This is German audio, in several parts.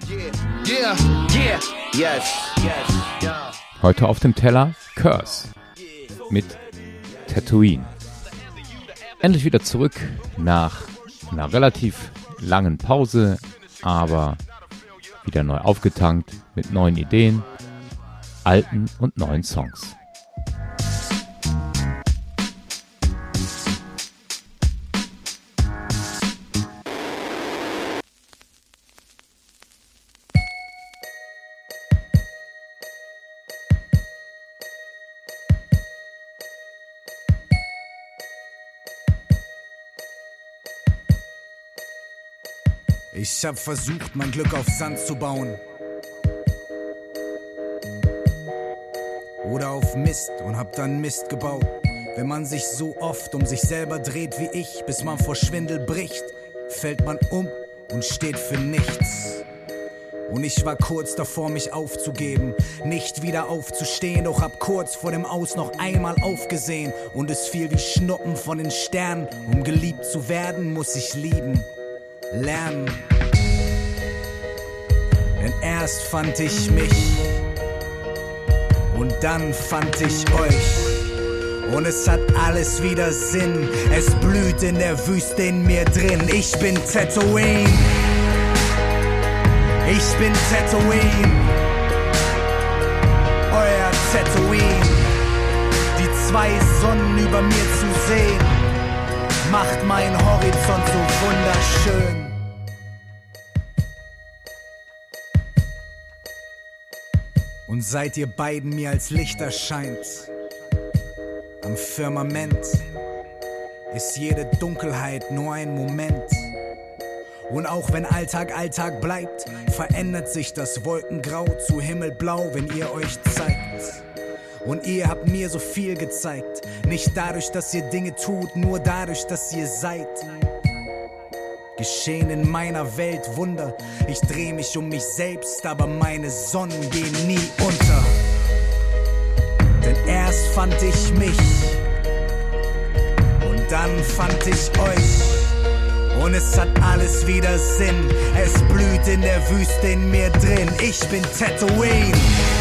Heute auf dem Teller Curse mit Tatooine. Endlich wieder zurück nach einer relativ langen Pause, aber wieder neu aufgetankt mit neuen Ideen, alten und neuen Songs. Ich hab versucht, mein Glück auf Sand zu bauen. Oder auf Mist und hab dann Mist gebaut. Wenn man sich so oft um sich selber dreht wie ich, bis man vor Schwindel bricht, fällt man um und steht für nichts. Und ich war kurz davor, mich aufzugeben, nicht wieder aufzustehen, doch hab kurz vor dem Aus noch einmal aufgesehen. Und es fiel wie Schnuppen von den Sternen. Um geliebt zu werden, muss ich lieben, lernen. Denn erst fand ich mich und dann fand ich euch. Und es hat alles wieder Sinn. Es blüht in der Wüste in mir drin. Ich bin Tatooine. Ich bin Tatooine. Euer Tatooine. Die zwei Sonnen über mir zu sehen, macht mein Horizont so wunderschön. Und seit ihr beiden mir als Licht erscheint am Firmament, ist jede Dunkelheit nur ein Moment. Und auch wenn Alltag Alltag bleibt, verändert sich das Wolkengrau zu Himmelblau, wenn ihr euch zeigt. Und ihr habt mir so viel gezeigt, nicht dadurch, dass ihr Dinge tut, nur dadurch, dass ihr seid. Geschehen in meiner Welt Wunder, ich dreh mich um mich selbst, aber meine Sonnen gehen nie unter. Denn erst fand ich mich und dann fand ich euch. Und es hat alles wieder Sinn, es blüht in der Wüste in mir drin. Ich bin Tatooine.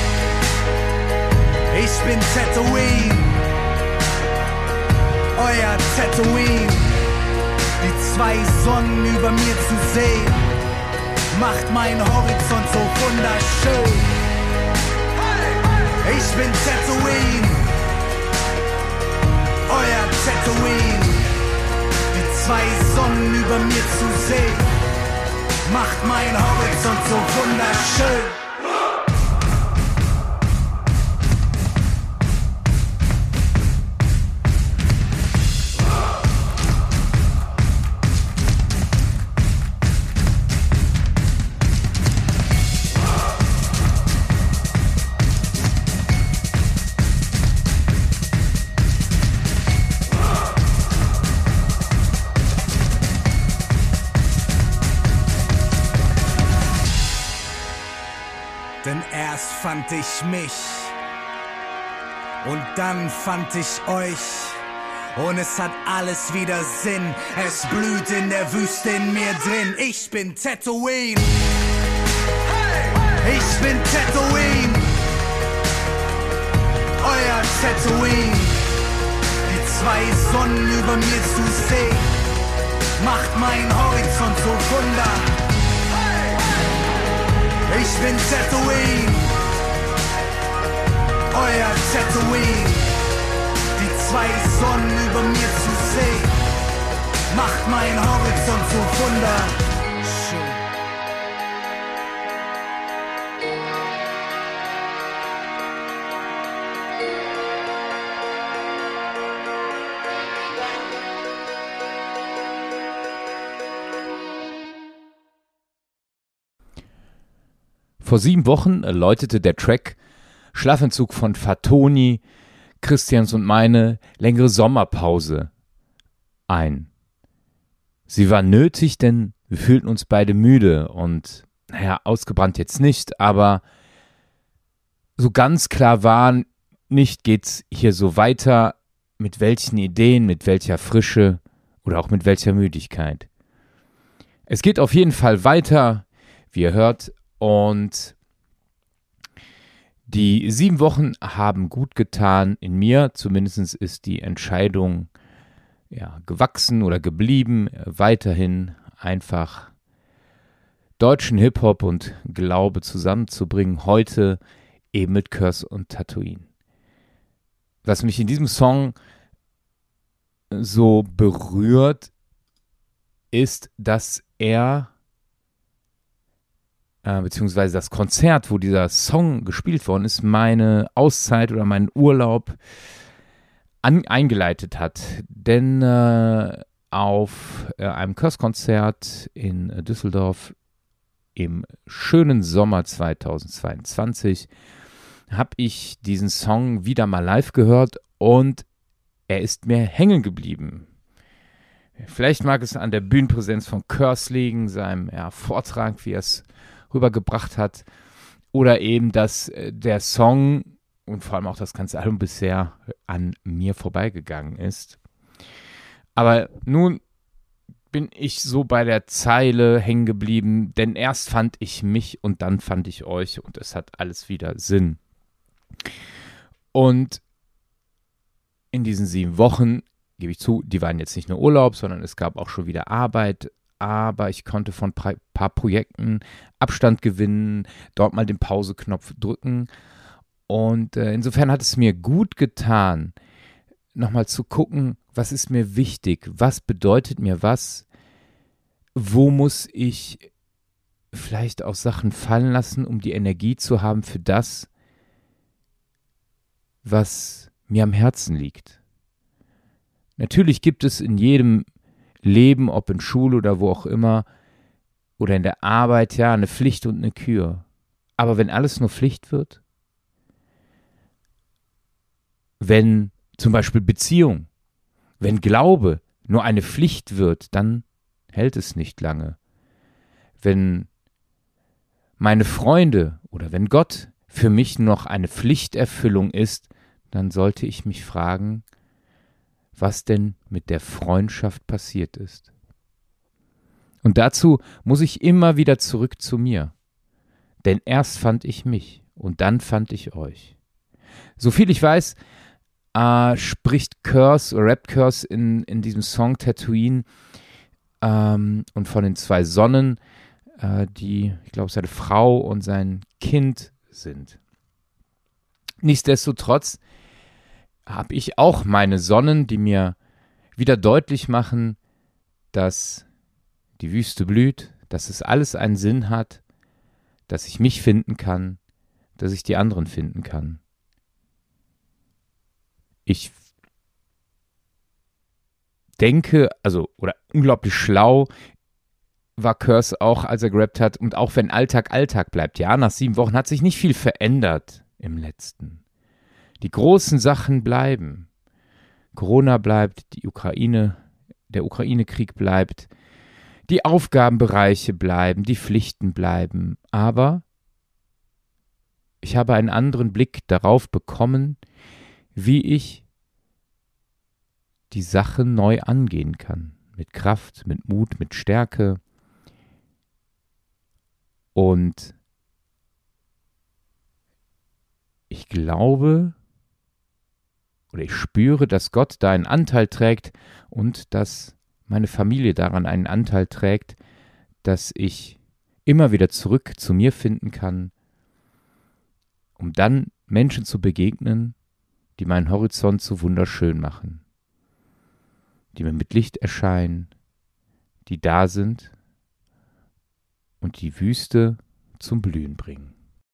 Ich bin Tatooine. Euer Tatooine. Die zwei Sonnen über mir zu sehen, macht mein Horizont so wunderschön. Ich bin Tatooine. Euer Tatooine. Die zwei Sonnen über mir zu sehen, macht mein Horizont so wunderschön. Denn erst fand ich mich und dann fand ich euch. Und es hat alles wieder Sinn. Es blüht in der Wüste in mir drin. Ich bin Tatooine. Ich bin Tatooine. Euer Tatooine. Die zwei Sonnen über mir zu sehen, macht mein Horizont so wunderschön. Ich bin Tatooine, euer Tatooine. Die zwei Sonnen über mir zu sehen, macht mein Horizont so wunderschön. Vor 7 Wochen läutete der Track Schlafentzug von Fatoni, Christians und meine längere Sommerpause ein. Sie war nötig, denn wir fühlten uns beide müde und, ausgebrannt jetzt nicht, aber so ganz klar war nicht, geht's hier so weiter, mit welchen Ideen, mit welcher Frische oder auch mit welcher Müdigkeit. Es geht auf jeden Fall weiter, wie ihr hört, Und die 7 Wochen haben gut getan in mir. Zumindest ist die Entscheidung gewachsen oder geblieben, weiterhin einfach deutschen Hip-Hop und Glaube zusammenzubringen. Heute eben mit Curse und Tatooine. Was mich in diesem Song so berührt, ist, dass er beziehungsweise das Konzert, wo dieser Song gespielt worden ist, meine Auszeit oder meinen Urlaub eingeleitet hat. Denn auf einem Curse-Konzert in Düsseldorf im schönen Sommer 2022 habe ich diesen Song wieder mal live gehört und er ist mir hängen geblieben. Vielleicht mag es an der Bühnenpräsenz von Curse liegen, seinem Vortrag, wie er es rübergebracht hat, oder eben, dass der Song und vor allem auch das ganze Album bisher an mir vorbeigegangen ist. Aber nun bin ich so bei der Zeile hängen geblieben, denn erst fand ich mich und dann fand ich euch und es hat alles wieder Sinn. Und in diesen 7 Wochen, gebe ich zu, die waren jetzt nicht nur Urlaub, sondern es gab auch schon wieder Arbeit, aber ich konnte von ein paar Projekten Abstand gewinnen, dort mal den Pause-Knopf drücken und insofern hat es mir gut getan, nochmal zu gucken, was ist mir wichtig, was bedeutet mir was, wo muss ich vielleicht auch Sachen fallen lassen, um die Energie zu haben für das, was mir am Herzen liegt. Natürlich gibt es in jedem Leben, ob in Schule oder wo auch immer, oder in der Arbeit, eine Pflicht und eine Kür. Aber wenn alles nur Pflicht wird, wenn zum Beispiel Beziehung, wenn Glaube nur eine Pflicht wird, dann hält es nicht lange. Wenn meine Freunde oder wenn Gott für mich noch eine Pflichterfüllung ist, dann sollte ich mich fragen, was denn mit der Freundschaft passiert ist. Und dazu muss ich immer wieder zurück zu mir. Denn erst fand ich mich und dann fand ich euch. Soviel ich weiß, spricht Curse oder rappt Curse in diesem Song Tatooine und von den 2 Sonnen, die, ich glaube, seine Frau und sein Kind sind. Nichtsdestotrotz habe ich auch meine Sonnen, die mir wieder deutlich machen, dass die Wüste blüht, dass es alles einen Sinn hat, dass ich mich finden kann, dass ich die anderen finden kann. Ich denke, oder unglaublich schlau war Curse auch, als er gerappt hat, und auch wenn Alltag Alltag bleibt, nach 7 Wochen hat sich nicht viel verändert im letzten. Die großen Sachen bleiben. Corona bleibt, der Ukraine-Krieg bleibt, die Aufgabenbereiche bleiben, die Pflichten bleiben. Aber ich habe einen anderen Blick darauf bekommen, wie ich die Sache neu angehen kann. Mit Kraft, mit Mut, mit Stärke. Und ich glaube oder ich spüre, dass Gott da einen Anteil trägt und dass meine Familie daran einen Anteil trägt, dass ich immer wieder zurück zu mir finden kann, um dann Menschen zu begegnen, die meinen Horizont so wunderschön machen, die mir mit Licht erscheinen, die da sind und die Wüste zum Blühen bringen.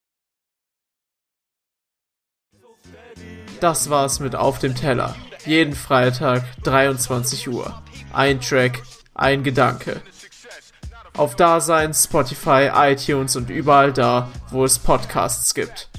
Das war's mit Auf dem Teller. Jeden Freitag, 23 Uhr. Ein Track, ein Gedanke. Auf Dasein, Spotify, iTunes und überall da, wo es Podcasts gibt.